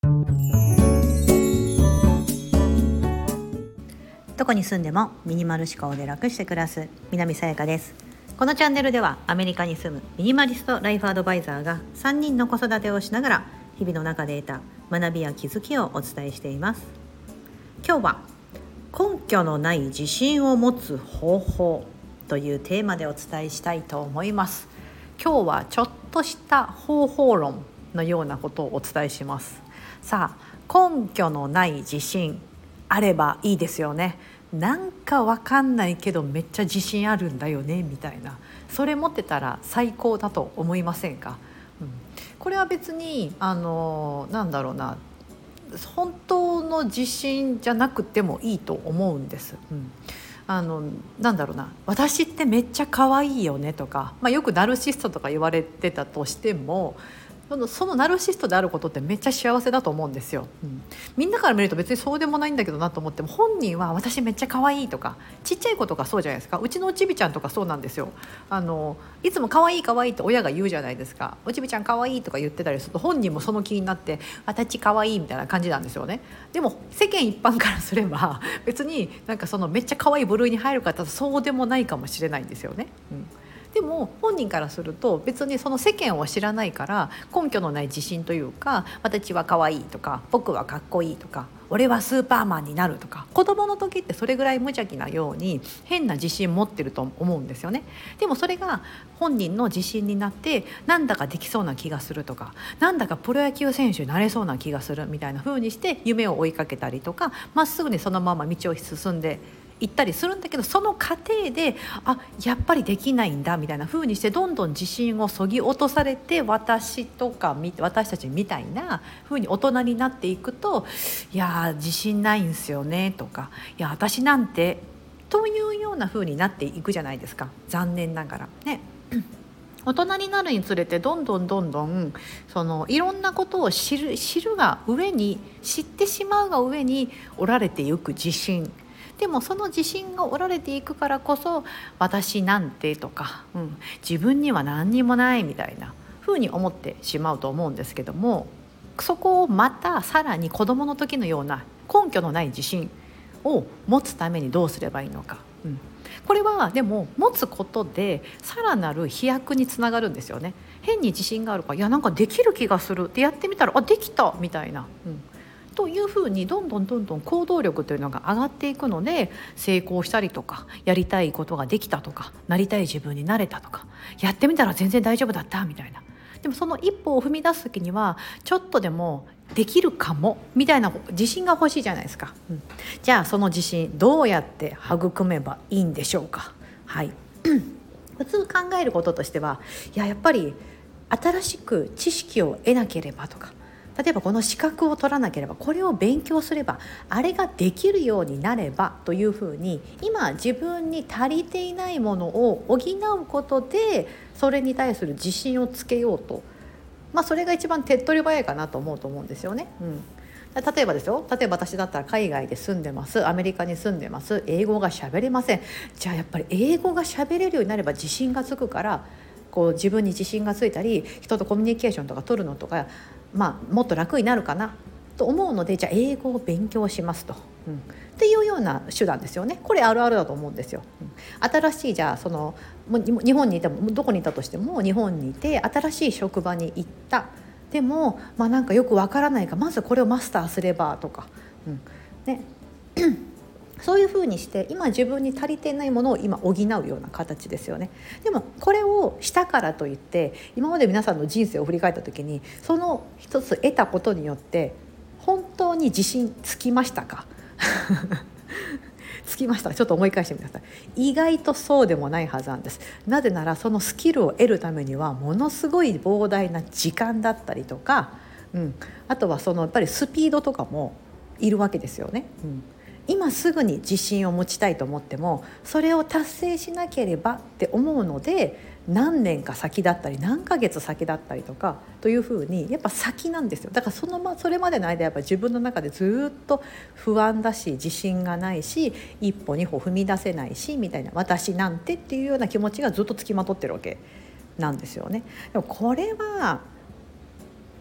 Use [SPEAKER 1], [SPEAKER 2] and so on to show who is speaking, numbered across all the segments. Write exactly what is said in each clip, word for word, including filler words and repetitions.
[SPEAKER 1] どこに住んでもミニマル思考で楽して暮らす南さやかです。このチャンネルではアメリカに住むミニマリストライフアドバイザーがさんにんの子育てをしながら日々の中で得た学びや気づきをお伝えしています。今日は根拠のない自信を持つ方法というテーマでお伝えしたいと思います。今日はちょっとした方法論のようなことをお伝えします。さあ、根拠のない自信あればいいですよね。なんかわかんないけどめっちゃ自信あるんだよねみたいな、それ持ってたら最高だと思いませんか？うん、これは別にあのなんだろうな本当の自信じゃなくてもいいと思うんです。うん、あのなんだろうな私ってめっちゃ可愛いよねとか、まあ、よくナルシストとか言われてたとしてもその、そのナルシストであることってめっちゃ幸せだと思うんですよ。うん、みんなから見ると別にそうでもないんだけどなと思っても、本人は私めっちゃ可愛いとか、ちっちゃい子とかそうじゃないですか。うちのおちびちゃんとかそうなんですよ。あのいつも可愛い可愛いって親が言うじゃないですか。おちびちゃん可愛いとか言ってたりすると本人もその気になって私可愛いみたいな感じなんですよね。でも世間一般からすれば別になんかそのめっちゃ可愛い部類に入る方はそうでもないかもしれないんですよね。うんでも本人からすると別にその世間を知らないから根拠のない自信というか、私は可愛いとか僕はかっこいいとか俺はスーパーマンになるとか、子供の時ってそれぐらい無邪気なように変な自信持ってると思うんですよね。でもそれが本人の自信になってなんだかできそうな気がするとか、なんだかプロ野球選手になれそうな気がするみたいな風にして夢を追いかけたりとか、まっすぐにそのまま道を進んで行ったりするんだけど、その過程であやっぱりできないんだみたいな風にしてどんどん自信をそぎ落とされて、私とか私たちみたいな風に大人になっていくと、いや自信ないんすよねとか、いや私なんてというような風になっていくじゃないですか、残念ながらね。大人になるにつれてどんどんどんどんそのいろんなことを知る知るが上に知ってしまうが上に折られていく自信でも、その自信が折られていくからこそ私なんてとか、うん、自分には何にもないみたいな風に思ってしまうと思うんですけども、そこをまたさらに子どもの時のような根拠のない自信を持つためにどうすればいいのか、うん、これはでも持つことでさらなる飛躍につながるんですよね。変に自信があるからいやなんかできる気がするってやってみたらあできたみたいな、うんというふうにどんどんどんどん行動力というのが上がっていくので、成功したりとかやりたいことができたとかなりたい自分になれたとかやってみたら全然大丈夫だったみたいな。でもその一歩を踏み出す時にはちょっとでもできるかもみたいな自信が欲しいじゃないですか。うん、じゃあその自信どうやって育めばいいんでしょうか。はい普通考えることとしてはいややっぱり新しく知識を得なければとか、例えばこの資格を取らなければこれを勉強すればあれができるようになればというふうに今自分に足りていないものを補うことでそれに対する自信をつけようと、まあ、それが一番手っ取り早いかなと思うと思うんですよね。うん例えばですよ例えば私だったら海外で住んでます、アメリカに住んでます、英語が喋れません。じゃあやっぱり英語が喋れるようになれば自信がつくから、こう自分に自信がついたり人とコミュニケーションとか取るのとか、まあ、もっと楽になるかなと思うので、じゃあ英語を勉強しますと、うん、っていうような手段ですよね。これあるあるだと思うんですよ。うん、新しいじゃあその日本にいてもどこにいたとしても日本にいて新しい職場に行った。でも、まあ、なんかよくわからないからまずこれをマスターすればとか、うんねそういうふうにして今自分に足りていないものを今補うような形ですよね。でもこれをしたからといって今まで皆さんの人生を振り返った時にその一つ得たことによって本当に自信つきましたかつきました。ちょっと思い返してみてください。意外とそうでもないはずなんです。なぜならそのスキルを得るためにはものすごい膨大な時間だったりとか、うん、あとはそのやっぱりスピードとかもいるわけですよね。うん今すぐに自信を持ちたいと思ってもそれを達成しなければって思うので何年か先だったり何ヶ月先だったりとかというふうにやっぱ先なんですよ。だからその、ま、それまでの間やっぱ自分の中でずっと不安だし自信がないし一歩二歩踏み出せないしみたいな、私なんてっていうような気持ちがずっとつきまとってるわけなんですよね。でもこれは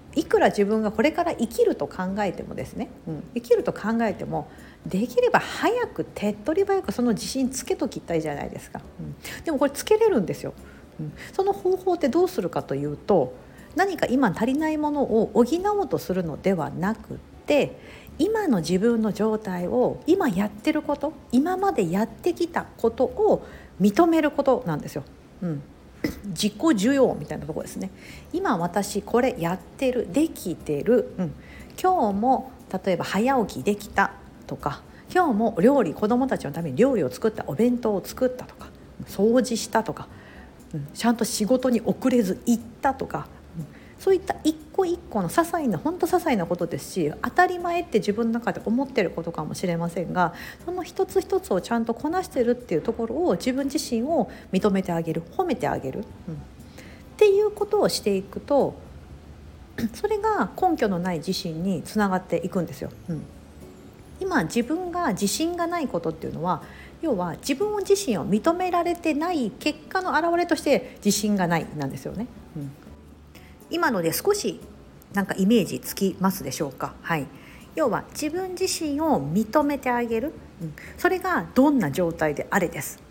[SPEAKER 1] いくら自分がこれから生きると考えてもですね、うん、生きると考えてもできれば早く手っ取り早くその自信つけときたいじゃないですか、うん、でもこれつけれるんですよ、うん、その方法ってどうするかというと、何か今足りないものを補おうとするのではなくて、今の自分の状態を今やってること、今までやってきたことを認めることなんですよ、うん、自己需要みたいなところですね。今私これやってる、できてる、うん、今日も例えば早起きできたとか、今日も料理、子どもたちのために料理を作った、お弁当を作ったとか、掃除したとか、うん、ちゃんと仕事に遅れず行ったとか、うん、そういった一個一個の些細な、本当些細なことですし、当たり前って自分の中で思ってることかもしれませんが、その一つ一つをちゃんとこなしてるっていうところを自分自身を認めてあげる、褒めてあげる、うん、っていうことをしていくと、それが根拠のない自信につながっていくんですよ、うん、今自分が自信がないことっていうのは、要は自分自身を認められてない結果の表れとして自信がないなんですよね、うん、今ので少しなんかイメージつきますでしょうか。はい、要は自分自身を認めてあげる、うん、それがどんな状態であれです、うん、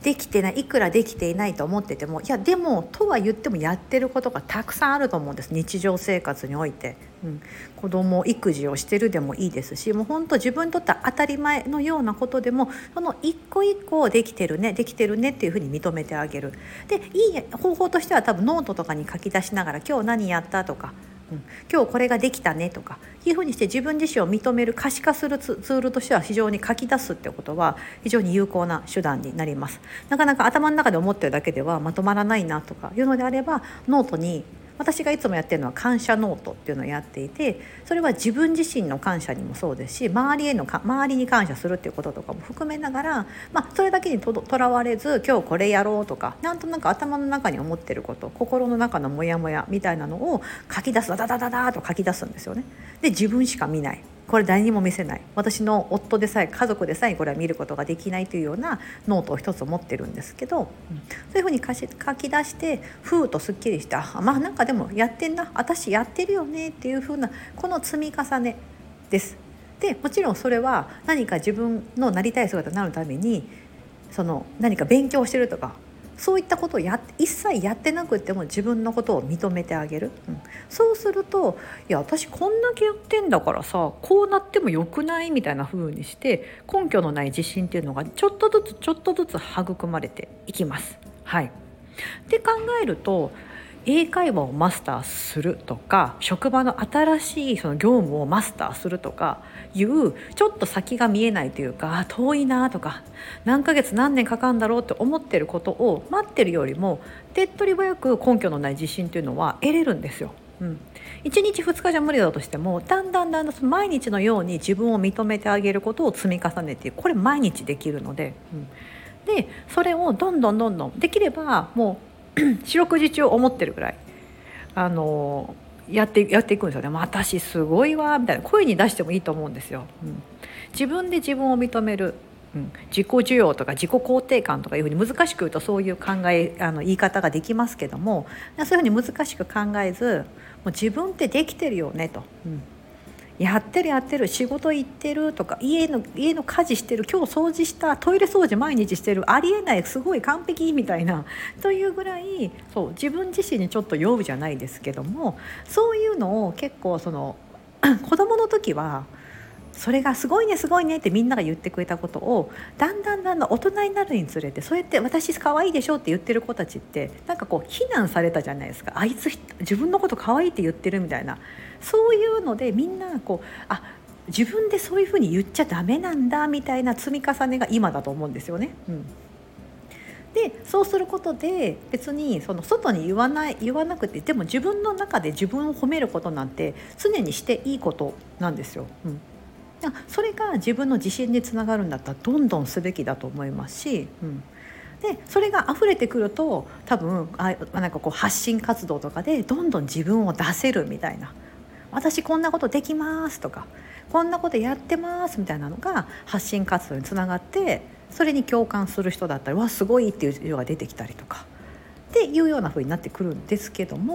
[SPEAKER 1] できてない、いくらできていないと思ってても、いやでもとは言ってもやってることがたくさんあると思うんです、日常生活において、うん、子供育児をしてるでもいいですし、もう本当自分にとっては当たり前のようなことでも、その一個一個をできてるねできてるねっていうふうに認めてあげる。で、いい方法としては多分ノートとかに書き出しながら、今日何やったとか、うん、今日これができたねとかいうふうにして自分自身を認める、可視化するツールとしては非常に書き出すってことは非常に有効な手段になります。なかなか頭の中で思ってるだけではまとまらないなとかいうのであれば、ノートに、私がいつもやってるのは感謝ノートっていうのをやっていて、それは自分自身の感謝にもそうですし、周りへのか周りに感謝するっていうこととかも含めながら、まあ、それだけにととらわれず、今日これやろうとか、なんとなく頭の中に思ってること、心の中のモヤモヤみたいなのを書き出す、ダダダダダーと書き出すんですよね。で、自分しか見ない、これ誰にも見せない、私の夫でさえ、家族でさえこれは見ることができないというようなノートを一つ持ってるんですけど、うん、そういうふうに書き出して、ふーっとすっきりした、あ、まあなんかでもやってんな、私やってるよねっていうふうな、この積み重ねです。でもちろんそれは何か自分のなりたい姿になるために、その何か勉強してるとか、そういったことをや一切やってなくても自分のことを認めてあげる、うん、そうすると、いや私こんだけやってんだからさ、こうなってもよくないみたいな風にして、根拠のない自信っていうのがちょっとずつちょっとずつ育まれていきます。はい。で考えると、英会話をマスターするとか、職場の新しいその業務をマスターするとかいうちょっと先が見えないというか、遠いなとか、何ヶ月何年かかるんだろうって思ってることを待ってるよりも、手っ取り早く根拠のない自信というのは得れるんですよ。うん、いちにちふつかじゃ無理だとしても、だんだんだんだん毎日のように自分を認めてあげることを積み重ねていく。これ毎日できるので、うん、でそれをどんどんどんどんできれば、もう四六時中思ってるぐらい、あのやってやっていくんですよね。私すごいわみたいな声に出してもいいと思うんですよ。うん、自分で自分を認める、うん、自己需要とか自己肯定感とかいうふうに難しく言うと、そういう考えあの言い方ができますけども、そういうふうに難しく考えず、もう自分ってできてるよねと、うん、やってるやってる、仕事行ってるとか、家の家の家事してる、今日掃除した、トイレ掃除毎日してる、ありえない、すごい完璧みたいな、というぐらい、そう自分自身にちょっと酔うじゃないですけども、そういうのを結構その子供の時はそれがすごいねすごいねってみんなが言ってくれたことを、だんだんだんだん大人になるにつれて、そうやって私可愛いでしょって言ってる子たちって、なんかこう非難されたじゃないですか。あいつ自分のこと可愛いって言ってるみたいな、そういうのでみんなこう、あ、自分でそういうふうに言っちゃダメなんだみたいな積み重ねが今だと思うんですよね。うん、でそうすることで、別にその外に言わない言わなくて、でも自分の中で自分を褒めることなんて常にしていいことなんですよ。うん、それが自分の自信につながるんだったらどんどんすべきだと思いますし、うん、でそれが溢れてくると、多分あなんかこう発信活動とかでどんどん自分を出せるみたいな、私こんなことできますとか、こんなことやってますみたいなのが発信活動につながって、それに共感する人だったり、わすごいっていう人が出てきたりとかっていうような風になってくるんですけども、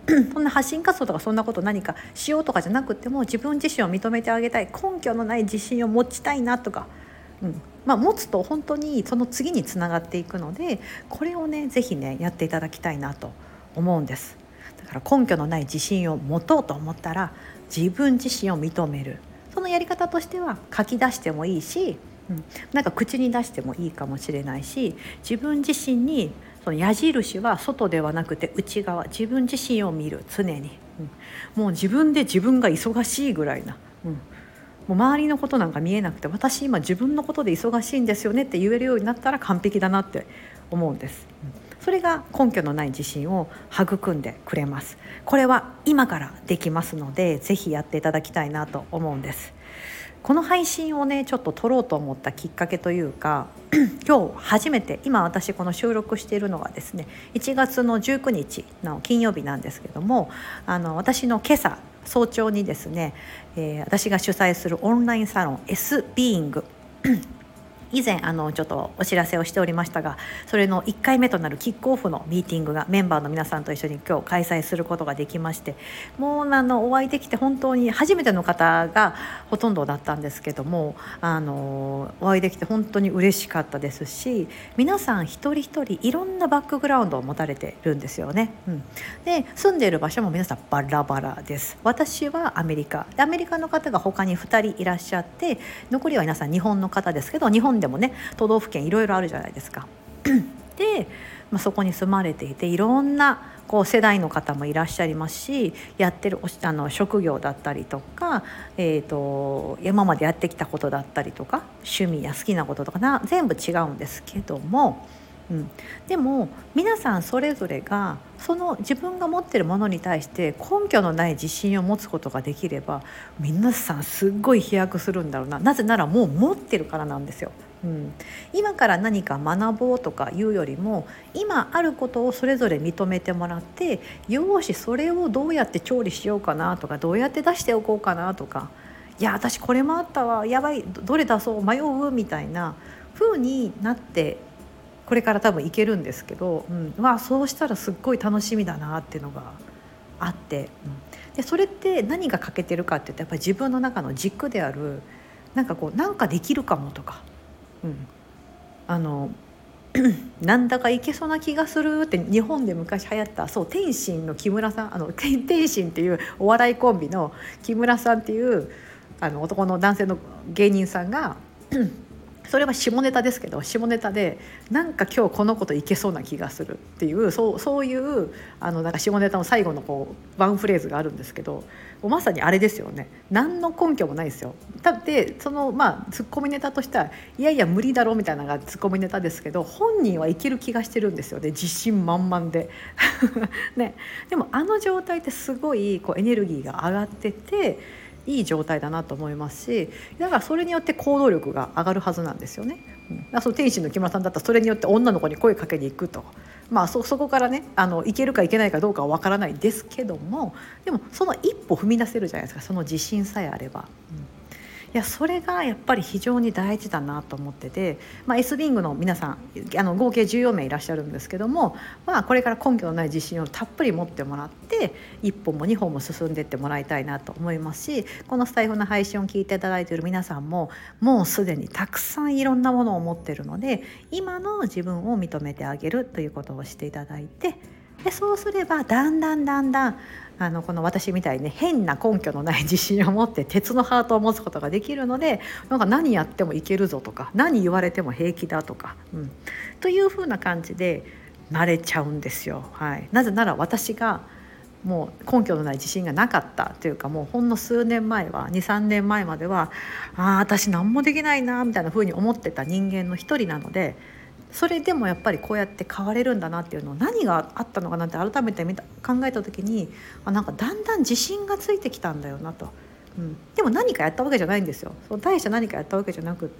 [SPEAKER 1] そんな発信活動とかそんなこと何かしようとかじゃなくても、自分自身を認めてあげたい、根拠のない自信を持ちたいなとか、うんまあ、持つと本当にその次につながっていくので、これをねぜひねやっていただきたいなと思うんです。だから根拠のない自信を持とうと思ったら、自分自身を認める。そのやり方としては書き出してもいいし、うん、なんか口に出してもいいかもしれないし、自分自身にその矢印は外ではなくて内側、自分自身を見る、常に、うん、もう自分で自分が忙しいぐらいな、うん、もう周りのことなんか見えなくて、私今自分のことで忙しいんですよねって言えるようになったら完璧だなって思うんです、うん、それが根拠のない自信を育んでくれます。これは今からできますので、ぜひやっていただきたいなと思うんです。この配信をねちょっと撮ろうと思ったきっかけというか今日初めて、今私この収録しているのがですねいちがつのじゅうくにちの金曜日なんですけども、あの私の今朝早朝にですね、えー、私が主催するオンラインサロン S ビーイング以前あのちょっとお知らせをしておりましたが、それのいっかいめとなるキックオフのミーティングがメンバーの皆さんと一緒に今日開催することができまして、もうあのお会いできて本当に初めての方がほとんどだったんですけども、あのお会いできて本当に嬉しかったですし、皆さん一人一人いろんなバックグラウンドを持たれてるんですよね、うん、で住んでいる場所も皆さんバラバラです。私はアメリカで、アメリカの方が他にふたりいらっしゃって、残りは皆さん日本の方ですけど、日本でもね都道府県いろいろあるじゃないですかで、まあ、そこに住まれていて、いろんなこう世代の方もいらっしゃいますし、やってるあの職業だったりとか、えーと、今までやってきたことだったりとか、趣味や好きなこととかな全部違うんですけども、うん、でも皆さんそれぞれがその自分が持っているものに対して根拠のない自信を持つことができれば、皆さんすっごい飛躍するんだろうな。なぜならもう持ってるからなんですよ。うん、今から何か学ぼうとかいうよりも、今あることをそれぞれ認めてもらって、よしそれをどうやって調理しようかなとか、どうやって出しておこうかなとか、いや私これもあったわ、やばいどれ出そう迷うみたいな風になってこれから多分いけるんですけど、うん、まあそうしたらすっごい楽しみだなっていうのがあって、うん、でそれって何が欠けてるかって言って、やっぱり自分の中の軸であるなんかこうなんかできるかもとか、うん、あのなんだかいけそうな気がするって日本で昔流行った、そう天心の木村さん、あの天心っていうお笑いコンビの木村さんっていうあの男の男性の芸人さんがそれは下ネタですけど、下ネタでなんか今日このこといけそうな気がするっていう、そう、そういうあのなんか下ネタの最後のこうワンフレーズがあるんですけど、もうまさにあれですよね。何の根拠もないですよ。だってそのまあツッコミネタとしてはいやいや無理だろうみたいなのがツッコミネタですけど、本人はいける気がしてるんですよね。自信満々で、ね、でもあの状態ってすごいこうエネルギーが上がってていい状態だなと思いますし、だからそれによって行動力が上がるはずなんですよね、うん、だからその天心の木村さんだったらそれによって女の子に声かけに行くと、まあ そ, そこからねあのいけるかいけないかどうかはわからないですけども、でもその一歩踏み出せるじゃないですか、その自信さえあれば、うんいやそれがやっぱり非常に大事だなと思ってて、まあ、エスビングの皆さんあの合計じゅうよんめいいらっしゃるんですけども、まあ、これから根拠のない自信をたっぷり持ってもらっていっぽもにほんも進んでいってもらいたいなと思いますし、このスタイフの配信を聞いていただいている皆さんももうすでにたくさんいろんなものを持っているので、今の自分を認めてあげるということをしていただいて、でそうすればだんだんだんだんあのこの私みたいに、ね、変な根拠のない自信を持って鉄のハートを持つことができるので、なんか何やってもいけるぞとか、何言われても平気だとか、うん、という風な感じでなれちゃうんですよ、はい、なぜなら私がもう根拠のない自信がなかったというか、もうほんの数年前は に,さん 年前まではあ私何もできないなみたいな風に思ってた人間の一人なので、それでもやっぱりこうやって変われるんだなっていうのを、何があったのかなって改めて見た考えた時に、あなんかだんだん自信がついてきたんだよなと、うん、でも何かやったわけじゃないんですよ。その大した何かやったわけじゃなくって、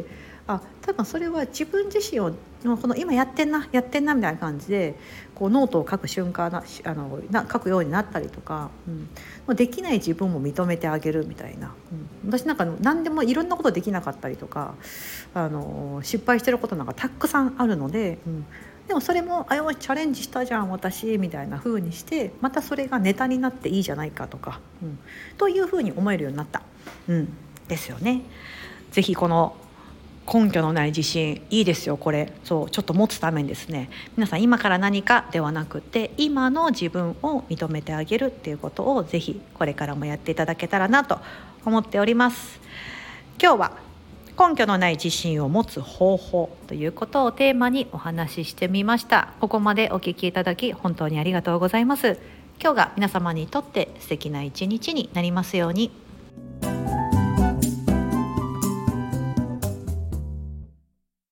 [SPEAKER 1] あ多分それは自分自身をこの今やってんなやってんなみたいな感じでこうノートを書く瞬間なあのな書くようになったりとか、うん、もうできない自分も認めてあげるみたいな、うん、私なんか何でもいろんなことできなかったりとか、あの失敗してることなんかたくさんあるので、うん、 でもそれもあよしチャレンジしたじゃん私みたいな風にしてまたそれがネタになっていいじゃないかとか、うん、という風に思えるようになった、うん、ですよね。ぜひこの根拠のない自信いいですよ。これそうちょっと持つためにですね、皆さん今から何かではなくて今の自分を認めてあげるっていうことをぜひこれからもやっていただけたらなと思っております。今日は根拠のない自信を持つ方法ということをテーマにお話ししてみました。ここまでお聞きいただき本当にありがとうございます。今日が皆様にとって素敵な一日になりますように。